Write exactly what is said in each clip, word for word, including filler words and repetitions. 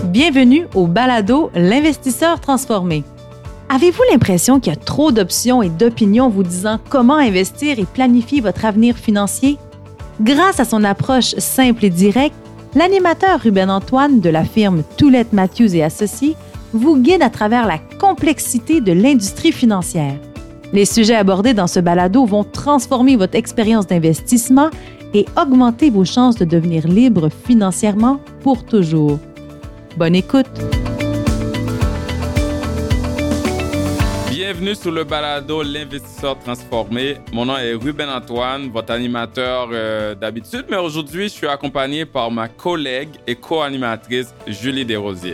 Bienvenue au balado L'investisseur transformé. Avez-vous l'impression qu'il y a trop d'options et d'opinions vous disant comment investir et planifier votre avenir financier? Grâce à son approche simple et directe, l'animateur Ruben Antoine de la firme Toulette Matthews et Associés vous guide à travers la complexité de l'industrie financière. Les sujets abordés dans ce balado vont transformer votre expérience d'investissement et augmenter vos chances de devenir libre financièrement pour toujours. Bonne écoute! Bienvenue sur le balado L'investisseur transformé. Mon nom est Ruben Antoine, votre animateur euh, d'habitude, mais aujourd'hui, je suis accompagné par ma collègue et co-animatrice Julie Desrosiers.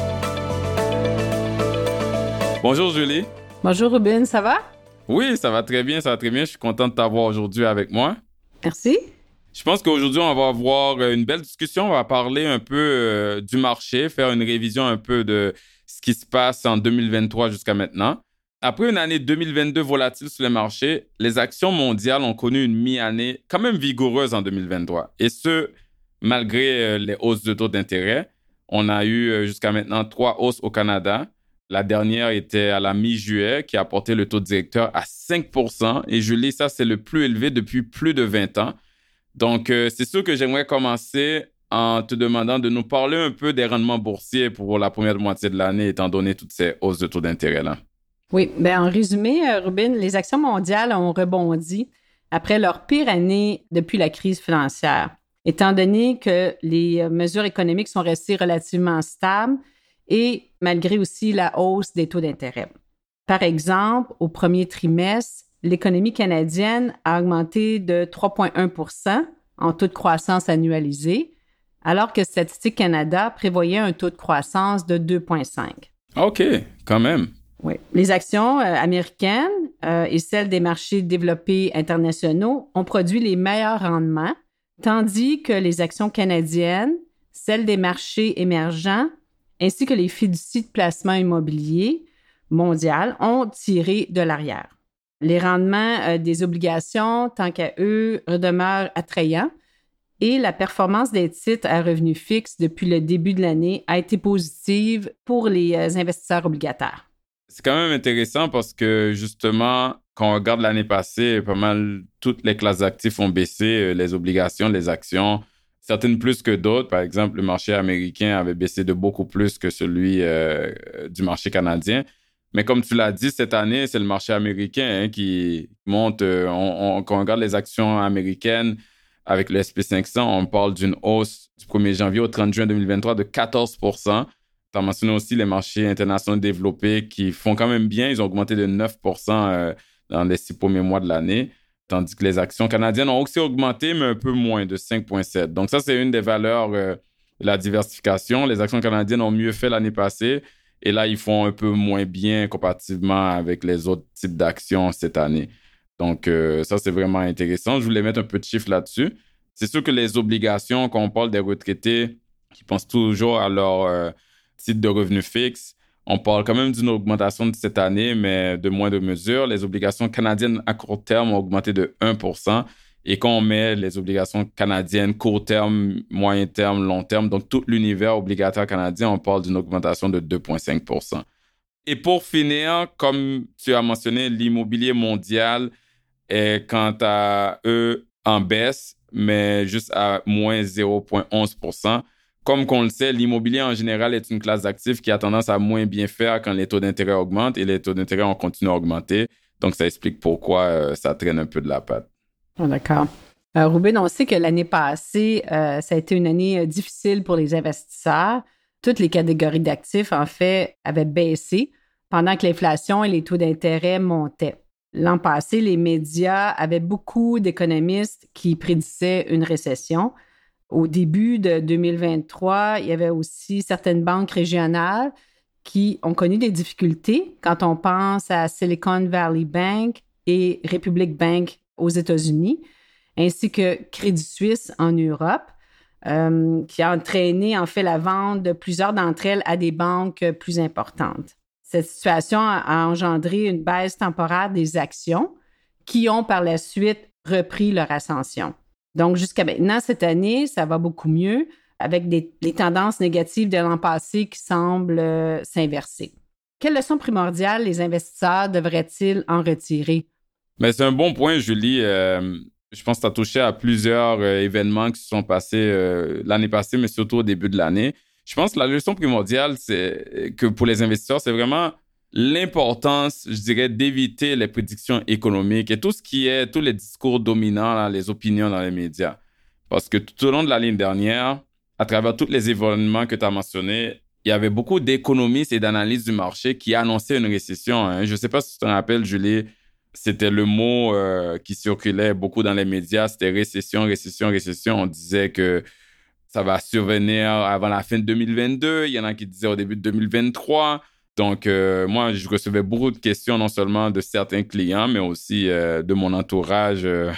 Bonjour Julie. Bonjour Ruben, ça va? Oui, ça va très bien, ça va très bien. Je suis content de t'avoir aujourd'hui avec moi. Merci. Je pense qu'aujourd'hui, on va avoir une belle discussion. On va parler un peu euh, du marché, faire une révision un peu de ce qui se passe en deux mille vingt-trois jusqu'à maintenant. Après une année deux mille vingt-deux volatile sur les marchés, les actions mondiales ont connu une mi-année quand même vigoureuse en deux mille vingt-trois. Et ce, malgré euh, les hausses de taux d'intérêt. On a eu euh, jusqu'à maintenant trois hausses au Canada. La dernière était à la mi-juillet, qui a porté le taux directeur à cinq pour cent. Et Julie, ça, c'est le plus élevé depuis plus de vingt ans. Donc, euh, c'est sûr que j'aimerais commencer en te demandant de nous parler un peu des rendements boursiers pour la première moitié de l'année, étant donné toutes ces hausses de taux d'intérêt-là. Oui, bien en résumé, Ruben, les actions mondiales ont rebondi après leur pire année depuis la crise financière, étant donné que les mesures économiques sont restées relativement stables et malgré aussi la hausse des taux d'intérêt. Par exemple, au premier trimestre, l'économie canadienne a augmenté de trois virgule un pour cent en taux de croissance annualisé, alors que Statistique Canada prévoyait un taux de croissance de deux virgule cinq. OK, quand même. Oui. Les actions euh, américaines euh, et celles des marchés développés internationaux ont produit les meilleurs rendements, tandis que les actions canadiennes, celles des marchés émergents, ainsi que les fiducies de placement immobilier mondiales ont tiré de l'arrière. Les rendements euh, des obligations, tant qu'à eux, demeurent attrayants et la performance des titres à revenu fixe depuis le début de l'année a été positive pour les euh, investisseurs obligataires. C'est quand même intéressant parce que, justement, quand on regarde l'année passée, pas mal, toutes les classes d'actifs ont baissé, les obligations, les actions, certaines plus que d'autres. Par exemple, le marché américain avait baissé de beaucoup plus que celui euh, du marché canadien. Mais comme tu l'as dit, cette année, c'est le marché américain hein, qui monte. Euh, on, on, quand on regarde les actions américaines avec le S and P cinq cents, on parle d'une hausse du premier janvier au trente juin deux mille vingt-trois de quatorze pour cent. Tu as mentionné aussi les marchés internationaux développés qui font quand même bien. Ils ont augmenté de neuf pour cent euh, dans les six premiers mois de l'année. Tandis que les actions canadiennes ont aussi augmenté, mais un peu moins, de cinq virgule sept. Donc ça, c'est une des valeurs euh, de la diversification. Les actions canadiennes ont mieux fait l'année passée. Et là, ils font un peu moins bien comparativement avec les autres types d'actions cette année. Donc, euh, ça, c'est vraiment intéressant. Je voulais mettre un peu de chiffres là-dessus. C'est sûr que les obligations, quand on parle des retraités qui pensent toujours à leur euh, titre de revenu fixe, on parle quand même d'une augmentation de cette année, mais de moindre mesure. Les obligations canadiennes à court terme ont augmenté de un pour cent. Et quand on met les obligations canadiennes court terme, moyen terme, long terme, donc tout l'univers obligataire canadien, on parle d'une augmentation de deux virgule cinq pour cent. Et pour finir, comme tu as mentionné, l'immobilier mondial est quant à eux en baisse, mais juste à moins zéro virgule onze pour cent. Comme qu'on le sait, l'immobilier en général est une classe d'actifs qui a tendance à moins bien faire quand les taux d'intérêt augmentent et les taux d'intérêt ont continué à augmenter. Donc, ça explique pourquoi euh, ça traîne un peu de la patte. Oh, d'accord. Euh, Ruben, on sait que l'année passée, euh, ça a été une année euh, difficile pour les investisseurs. Toutes les catégories d'actifs, en fait, avaient baissé pendant que l'inflation et les taux d'intérêt montaient. L'an passé, les médias avaient beaucoup d'économistes qui prédisaient une récession. Au début de deux mille vingt-trois, il y avait aussi certaines banques régionales qui ont connu des difficultés quand on pense à Silicon Valley Bank et Republic Bank aux États-Unis, ainsi que Crédit Suisse en Europe, euh, qui a entraîné en fait la vente de plusieurs d'entre elles à des banques plus importantes. Cette situation a engendré une baisse temporaire des actions qui ont par la suite repris leur ascension. Donc, jusqu'à maintenant, cette année, ça va beaucoup mieux. avec des, les tendances négatives de l'an passé qui semblent euh, s'inverser. Quelle leçon primordiale les investisseurs devraient-ils en retirer? Mais c'est un bon point, Julie. Euh, je pense que tu as touché à plusieurs euh, événements qui se sont passés euh, l'année passée, mais surtout au début de l'année. Je pense que la leçon primordiale, c'est que pour les investisseurs, c'est vraiment l'importance, je dirais, d'éviter les prédictions économiques et tout ce qui est, tous les discours dominants, là, les opinions dans les médias. Parce que tout au long de la ligne dernière, à travers tous les événements que tu as mentionnés, il y avait beaucoup d'économistes et d'analystes du marché qui annonçaient une récession. Hein. Je ne sais pas si tu te rappelles, Julie, c'était le mot euh, qui circulait beaucoup dans les médias, c'était récession, récession, récession. On disait que ça va survenir avant la fin de deux mille vingt-deux. Il y en a qui disaient au début de deux mille vingt-trois. Donc, euh, moi, je recevais beaucoup de questions, non seulement de certains clients, mais aussi euh, de mon entourage. Euh,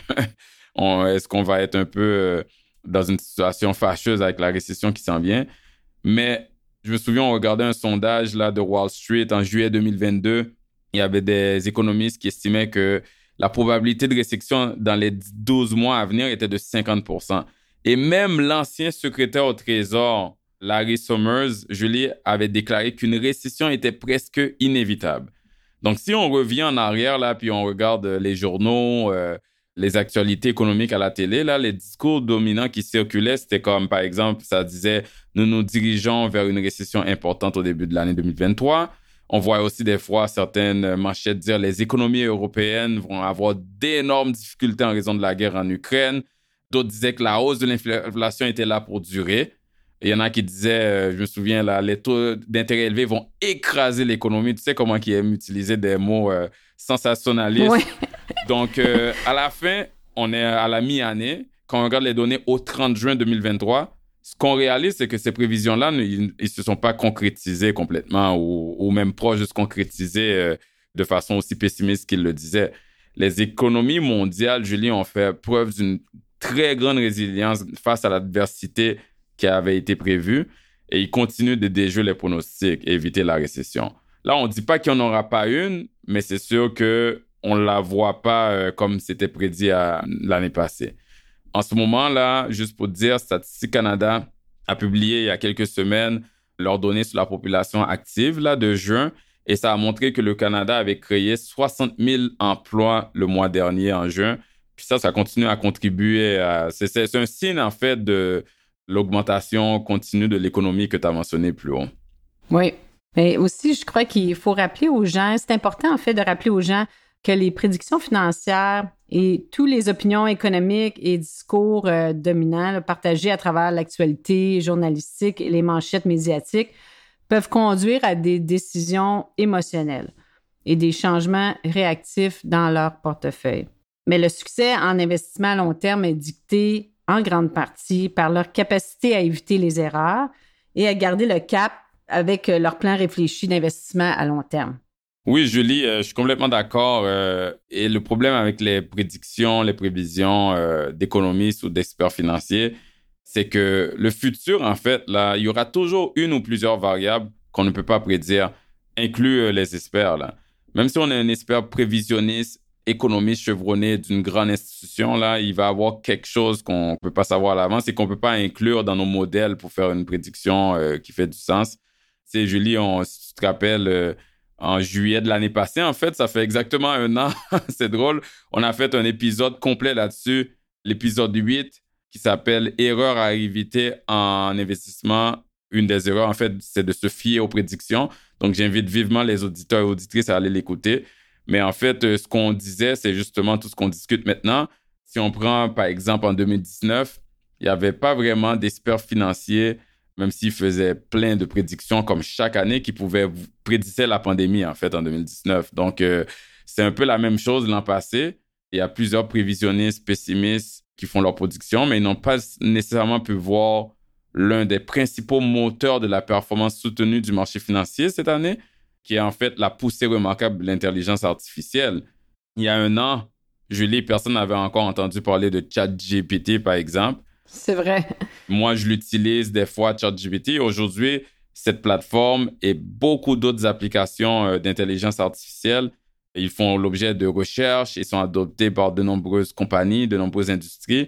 on, est-ce qu'on va être un peu euh, dans une situation fâcheuse avec la récession qui s'en vient? Mais je me souviens, on regardait un sondage là, de Wall Street en juillet deux mille vingt-deux. Il y avait des économistes qui estimaient que la probabilité de récession dans les douze mois à venir était de cinquante pour cent. Et même l'ancien secrétaire au Trésor, Larry Summers, Julie, avait déclaré qu'une récession était presque inévitable. Donc, si on revient en arrière, là, puis on regarde les journaux, euh, les actualités économiques à la télé, là, les discours dominants qui circulaient, c'était comme, par exemple, ça disait « Nous nous dirigeons vers une récession importante au début de l'année deux mille vingt-trois ». On voit aussi des fois certaines manchettes dire « Les économies européennes vont avoir d'énormes difficultés en raison de la guerre en Ukraine ». D'autres disaient que la hausse de l'inflation était là pour durer. Il y en a qui disaient, euh, je me souviens, là, les taux d'intérêt élevés vont écraser l'économie. Tu sais comment ils aiment utiliser des mots euh, sensationnalistes. Ouais. Donc, euh, à la fin, on est à la mi-année. Quand on regarde les données au trente juin deux mille vingt-trois, ce qu'on réalise, c'est que ces prévisions-là, ils ne se sont pas concrétisées complètement ou, ou même proches de se concrétiser euh, de façon aussi pessimiste qu'ils le disaient. Les économies mondiales, Julie, ont fait preuve d'une très grande résilience face à l'adversité qui avait été prévue et ils continuent de déjouer les pronostics et éviter la récession. Là, on ne dit pas qu'il n'y en aura pas une, mais c'est sûr qu'on ne la voit pas euh, comme c'était prédit à, l'année passée. En ce moment-là, juste pour dire, Statistique Canada a publié il y a quelques semaines leurs données sur la population active là, de juin et ça a montré que le Canada avait créé soixante mille emplois le mois dernier en juin. Puis ça, ça continue à contribuer à... C'est, c'est, c'est un signe, en fait, de l'augmentation continue de l'économie que tu as mentionné plus haut. Oui. Mais aussi, je crois qu'il faut rappeler aux gens, c'est important, en fait, de rappeler aux gens que les prédictions financières et toutes les opinions économiques et discours euh, dominants là, partagés à travers l'actualité journalistique et les manchettes médiatiques peuvent conduire à des décisions émotionnelles et des changements réactifs dans leur portefeuille. Mais le succès en investissement à long terme est dicté en grande partie par leur capacité à éviter les erreurs et à garder le cap avec leur plan réfléchi d'investissement à long terme. Oui, Julie, euh, je suis complètement d'accord. Euh, et le problème avec les prédictions, les prévisions euh, d'économistes ou d'experts financiers, c'est que le futur, en fait, là, il y aura toujours une ou plusieurs variables qu'on ne peut pas prédire, inclus euh, les experts, là. Même si on est un expert prévisionniste, économiste chevronné d'une grande institution, là, il va y avoir quelque chose qu'on ne peut pas savoir à l'avance et qu'on ne peut pas inclure dans nos modèles pour faire une prédiction euh, qui fait du sens. C'est Julie, on, si tu te rappelles, euh, en juillet de l'année passée, en fait, ça fait exactement un an. C'est drôle. On a fait un épisode complet là-dessus, l'épisode huit, qui s'appelle « Erreurs à éviter en investissement ». Une des erreurs, en fait, c'est de se fier aux prédictions. Donc, j'invite vivement les auditeurs et auditrices à aller l'écouter. Mais en fait, ce qu'on disait, c'est justement tout ce qu'on discute maintenant. Si on prend, par exemple, en deux mille dix-neuf, il n'y avait pas vraiment d'experts financiers, même s'ils faisaient plein de prédictions comme chaque année, qui pouvaient prédire la pandémie, en fait, en deux mille dix-neuf. Donc, euh, c'est un peu la même chose l'an passé. Il y a plusieurs prévisionnistes pessimistes qui font leurs prédictions, mais ils n'ont pas nécessairement pu voir l'un des principaux moteurs de la performance soutenue du marché financier cette année, qui est en fait la poussée remarquable de l'intelligence artificielle. Il y a un an, Julie, personne n'avait encore entendu parler de ChatGPT, par exemple. C'est vrai. Moi, je l'utilise des fois, ChatGPT. Aujourd'hui, cette plateforme et beaucoup d'autres applications euh, d'intelligence artificielle, ils font l'objet de recherches, ils sont adoptés par de nombreuses compagnies, de nombreuses industries.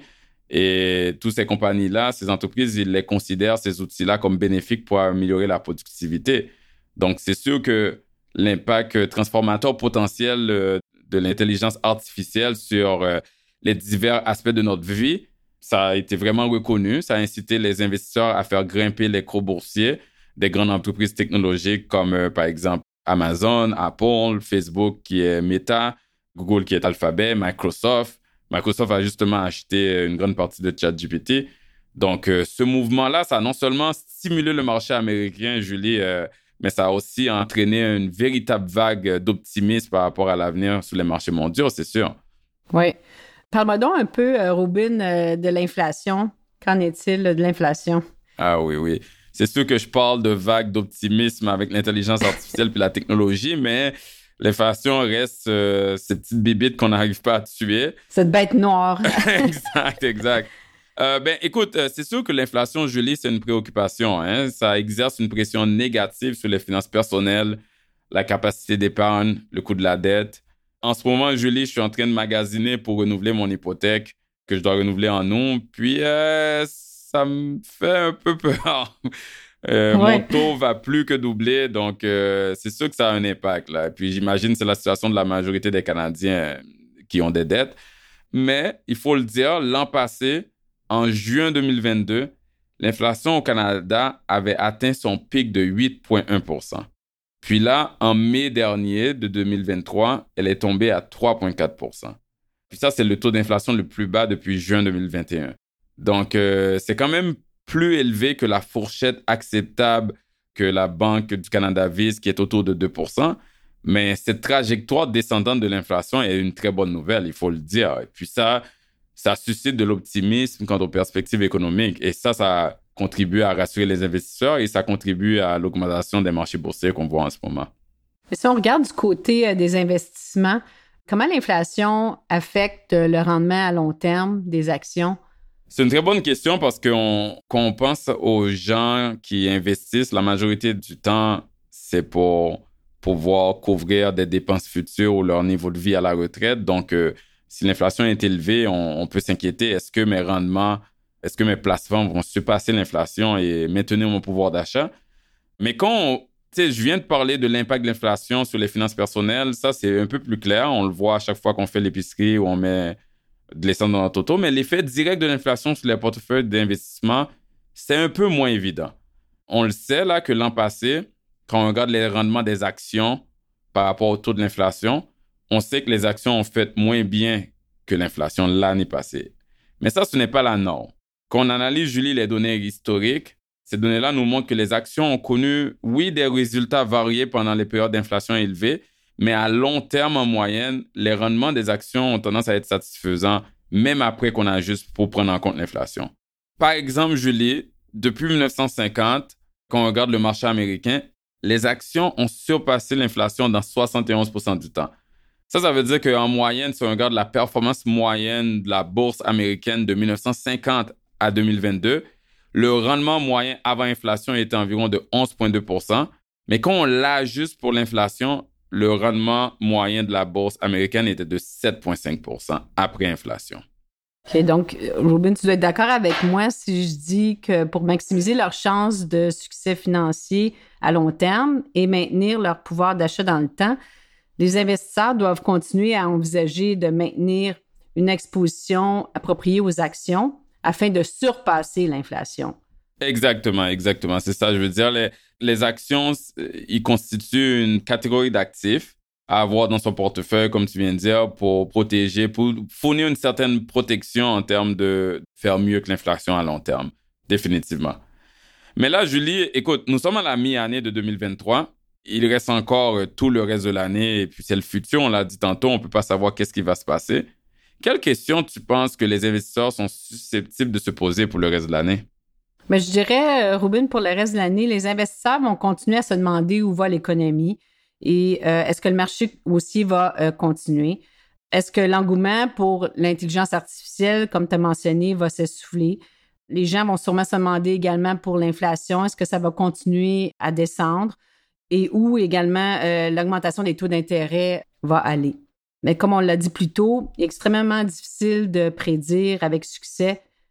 Et toutes ces compagnies-là, ces entreprises, ils les considèrent, ces outils-là, comme bénéfiques pour améliorer la productivité. Donc, c'est sûr que l'impact transformateur potentiel de l'intelligence artificielle sur les divers aspects de notre vie, ça a été vraiment reconnu. Ça a incité les investisseurs à faire grimper les cours boursiers des grandes entreprises technologiques comme, euh, par exemple, Amazon, Apple, Facebook qui est Meta, Google qui est Alphabet, Microsoft. Microsoft a justement acheté une grande partie de ChatGPT. Donc, euh, ce mouvement-là, ça a non seulement stimulé le marché américain, Julie, euh, mais ça a aussi entraîné une véritable vague d'optimisme par rapport à l'avenir sur les marchés mondiaux, c'est sûr. Oui. Parle-moi donc un peu, euh, Robin, euh, de l'inflation. Qu'en est-il de l'inflation? Ah oui, oui. C'est sûr que je parle de vague d'optimisme avec l'intelligence artificielle puis la technologie, mais l'inflation reste euh, ces petites bébites qu'on n'arrive pas à tuer. Cette bête noire. Exact, exact. Euh, ben, écoute, euh, c'est sûr que l'inflation, Julie, c'est une préoccupation. Hein? Ça exerce une pression négative sur les finances personnelles, la capacité d'épargne, le coût de la dette. En ce moment, Julie, je suis en train de magasiner pour renouveler mon hypothèque que je dois renouveler en août. Puis, euh, ça me fait un peu peur. Euh, ouais. Mon taux va plus que doubler, donc euh, c'est sûr que ça a un impact, là. Puis j'imagine que c'est la situation de la majorité des Canadiens qui ont des dettes. Mais il faut le dire, l'an passé, en juin deux mille vingt-deux, l'inflation au Canada avait atteint son pic de huit virgule un pour cent. Puis là, en mai dernier de deux mille vingt-trois, elle est tombée à trois virgule quatre pour cent. Puis ça, c'est le taux d'inflation le plus bas depuis juin deux mille vingt et un. Donc, euh, c'est quand même plus élevé que la fourchette acceptable que la Banque du Canada vise, qui est autour de deux pour cent. Mais cette trajectoire descendante de l'inflation est une très bonne nouvelle, il faut le dire. Et puis ça, ça suscite de l'optimisme quant aux perspectives économiques. Et ça, ça contribue à rassurer les investisseurs et ça contribue à l'augmentation des marchés boursiers qu'on voit en ce moment. Mais si on regarde du côté des investissements, comment l'inflation affecte le rendement à long terme des actions? C'est une très bonne question parce que on, quand on pense aux gens qui investissent, la majorité du temps, c'est pour pouvoir couvrir des dépenses futures ou leur niveau de vie à la retraite. Donc, euh, si l'inflation est élevée, on, on peut s'inquiéter. Est-ce que mes rendements, est-ce que mes placements vont surpasser l'inflation et maintenir mon pouvoir d'achat? Mais quand on, tu sais, je viens de parler de l'impact de l'inflation sur les finances personnelles, ça, c'est un peu plus clair. On le voit à chaque fois qu'on fait l'épicerie ou on met de l'essence dans notre auto, mais l'effet direct de l'inflation sur les portefeuilles d'investissement, c'est un peu moins évident. On le sait, là, que l'an passé, quand on regarde les rendements des actions par rapport au taux de l'inflation, on sait que les actions ont fait moins bien que l'inflation l'année passée. Mais ça, ce n'est pas la norme. Quand on analyse, Julie, les données historiques, ces données-là nous montrent que les actions ont connu, oui, des résultats variés pendant les périodes d'inflation élevées, mais à long terme, en moyenne, les rendements des actions ont tendance à être satisfaisants, même après qu'on ajuste pour prendre en compte l'inflation. Par exemple, Julie, depuis dix-neuf cent cinquante, quand on regarde le marché américain, les actions ont surpassé l'inflation dans soixante et onze pour cent du temps. Ça, ça veut dire qu'en moyenne, si on regarde la performance moyenne de la bourse américaine de dix-neuf cent cinquante à deux mille vingt-deux, le rendement moyen avant inflation était environ de onze virgule deux pour cent. Mais quand on l'ajuste pour l'inflation, le rendement moyen de la bourse américaine était de sept virgule cinq pour cent après inflation. OK, donc, Robin, tu dois être d'accord avec moi si je dis que pour maximiser leurs chances de succès financier à long terme et maintenir leur pouvoir d'achat dans le temps, les investisseurs doivent continuer à envisager de maintenir une exposition appropriée aux actions afin de surpasser l'inflation. Exactement, exactement. C'est ça, je veux dire. Les, les actions, ils constituent une catégorie d'actifs à avoir dans son portefeuille, comme tu viens de dire, pour protéger, pour fournir une certaine protection en termes de faire mieux que l'inflation à long terme, définitivement. Mais là, Julie, écoute, nous sommes à la mi-année de deux mille vingt-trois. Il reste encore tout le reste de l'année, et puis c'est le futur, on l'a dit tantôt, on ne peut pas savoir qu'est-ce qui va se passer. Quelles questions tu penses que les investisseurs sont susceptibles de se poser pour le reste de l'année? Mais je dirais, Robin, pour le reste de l'année, les investisseurs vont continuer à se demander où va l'économie et euh, est-ce que le marché aussi va euh, continuer? Est-ce que l'engouement pour l'intelligence artificielle, comme tu as mentionné, va s'essouffler? Les gens vont sûrement se demander également pour l'inflation, est-ce que ça va continuer à descendre? Et où également euh, l'augmentation des taux d'intérêt va aller. Mais comme on l'a dit plus tôt, il est extrêmement difficile de prédire avec succès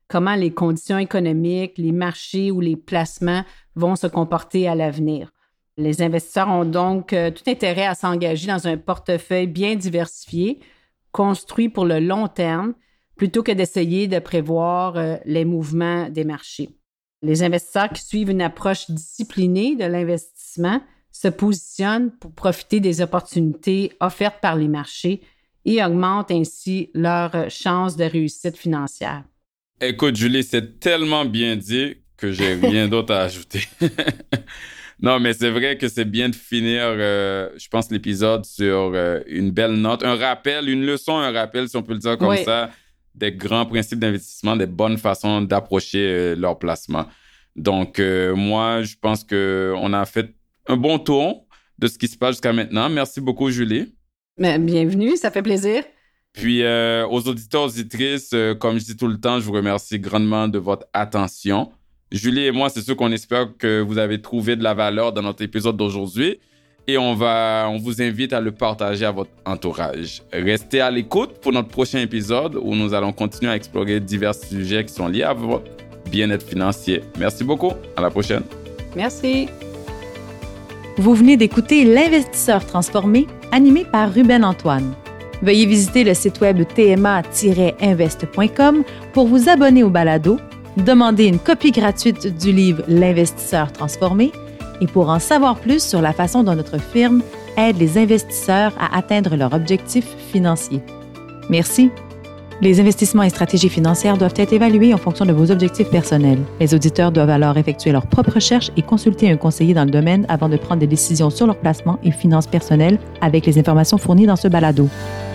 comment les conditions économiques, les marchés ou les placements vont se comporter à l'avenir. Les investisseurs ont donc euh, tout intérêt à s'engager dans un portefeuille bien diversifié, construit pour le long terme, plutôt que d'essayer de prévoir euh, les mouvements des marchés. Les investisseurs qui suivent une approche disciplinée de l'investissement se positionnent pour profiter des opportunités offertes par les marchés et augmentent ainsi leurs chances de réussite financière. Écoute, Julie, c'est tellement bien dit que j'ai rien d'autre à ajouter. Non, mais c'est vrai que c'est bien de finir, euh, je pense, l'épisode sur euh, une belle note, un rappel, une leçon, un rappel, si on peut le dire comme oui. ça, des grands principes d'investissement, des bonnes façons d'approcher euh, leur placement. Donc, euh, moi, je pense qu'on a fait un bon tour de ce qui se passe jusqu'à maintenant. Merci beaucoup, Julie. Mais bienvenue, ça fait plaisir. Puis, euh, aux auditeurs, auditrices, euh, comme je dis tout le temps, je vous remercie grandement de votre attention. Julie et moi, c'est sûr qu'on espère que vous avez trouvé de la valeur dans notre épisode d'aujourd'hui et on va, on vous invite à le partager à votre entourage. Restez à l'écoute pour notre prochain épisode où nous allons continuer à explorer divers sujets qui sont liés à votre bien-être financier. Merci beaucoup. À la prochaine. Merci. Vous venez d'écouter L'Investisseur transformé, animé par Ruben Antoine. Veuillez visiter le site web t m a tiret invest point com pour vous abonner au balado, demander une copie gratuite du livre L'Investisseur transformé et pour en savoir plus sur la façon dont notre firme aide les investisseurs à atteindre leurs objectifs financiers. Merci. Les investissements et stratégies financières doivent être évalués en fonction de vos objectifs personnels. Les auditeurs doivent alors effectuer leurs propres recherches et consulter un conseiller dans le domaine avant de prendre des décisions sur leur placement et finances personnelles avec les informations fournies dans ce balado.